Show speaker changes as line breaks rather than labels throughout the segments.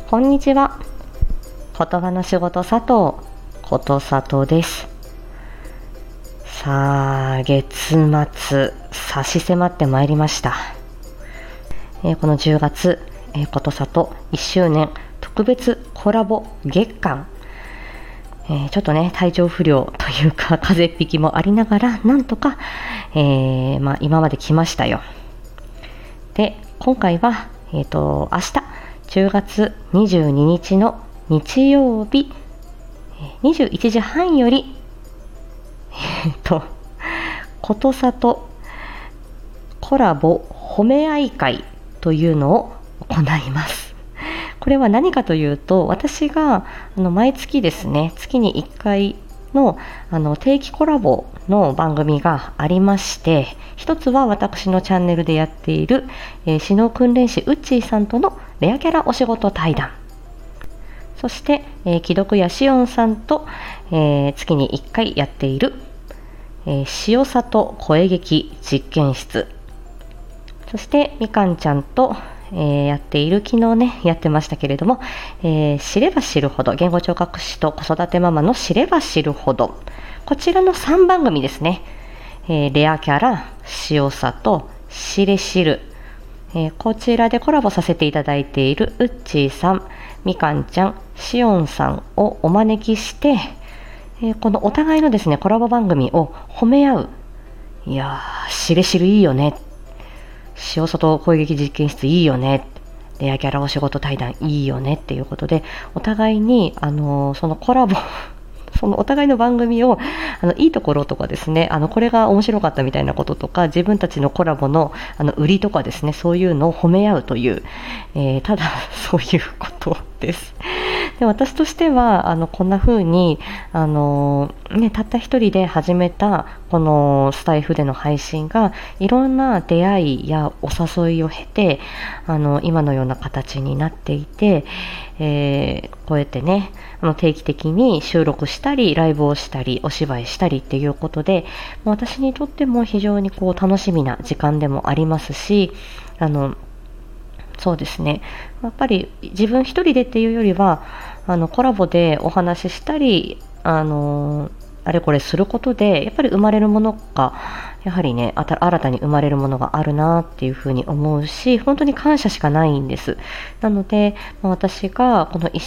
こんにちは。言葉の仕事佐藤ことさとです。さあ、月末差し迫ってまいりました。この10月、ことさと1周年特別コラボ月間、ちょっとね体調不良というか風邪っ引きもありながらなんとか、今まで来ましたよ。で、今回は明日10月22日の日曜日、21時半よりことさとコラボ褒め合い会というのを行います。これは何かというと、私が毎月ですね、月に1回の定期コラボの番組がありまして、一つは私のチャンネルでやっている、指導訓練士うっちーさんとのレアキャラお仕事対談、そして、既読やしおんさんと、月に1回やっている、塩里声劇実験室、そしてみかんちゃんと、やっている、昨日ねやってましたけれども、知れば知るほど、言語聴覚士と子育てママの知れば知るほど、こちらの3番組ですね。レアキャラ、塩里、しれしる、こちらでコラボさせていただいているうっちーさん、みかんちゃん、しおんさんをお招きして、このお互いのですねコラボ番組を褒め合う。いやー、しれしるいいよね、塩里攻撃実験室いいよね、レアキャラお仕事対談いいよねっていうことで、お互いにそのコラボそのお互いの番組をいいところとかですね、これが面白かったみたいなこととか、自分たちのコラボの売りとかですね、そういうのを褒め合うという、ただそういうことです。で、私としてはこんな風にたった一人で始めたこのスタイフでの配信がいろんな出会いやお誘いを経て今のような形になっていて、こうやってね定期的に収録したりライブをしたりお芝居したりっていうことで、私にとっても非常に楽しみな時間でもありますし、そうですね、やっぱり自分一人でっていうよりはコラボでお話ししたりあれこれすることでやっぱり生まれるものがやはりね新たに生まれるものがあるなっていうふうに思うし、本当に感謝しかないんです。なので、私がこの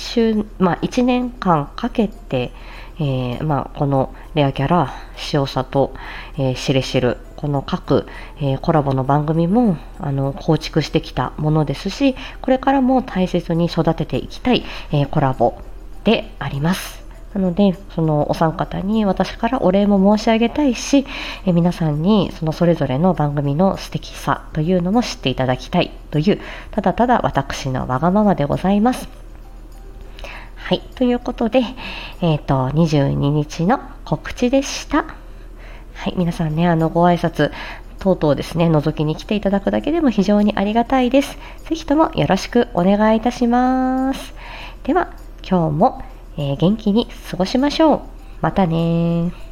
1年間かけてこのレアキャラ塩里、しれしる、この各、コラボの番組も構築してきたものですし、これからも大切に育てていきたい、コラボであります。なのでそのお三方に私からお礼も申し上げたいし、皆さんにそれぞれの番組の素敵さというのも知っていただきたいという、ただただ私のわがままでございます。はい、ということで、22日の告知でした。はい、皆さんね、ご挨拶等々ですね、覗きに来ていただくだけでも非常にありがたいです。ぜひともよろしくお願いいたします。では、今日も、元気に過ごしましょう。またね。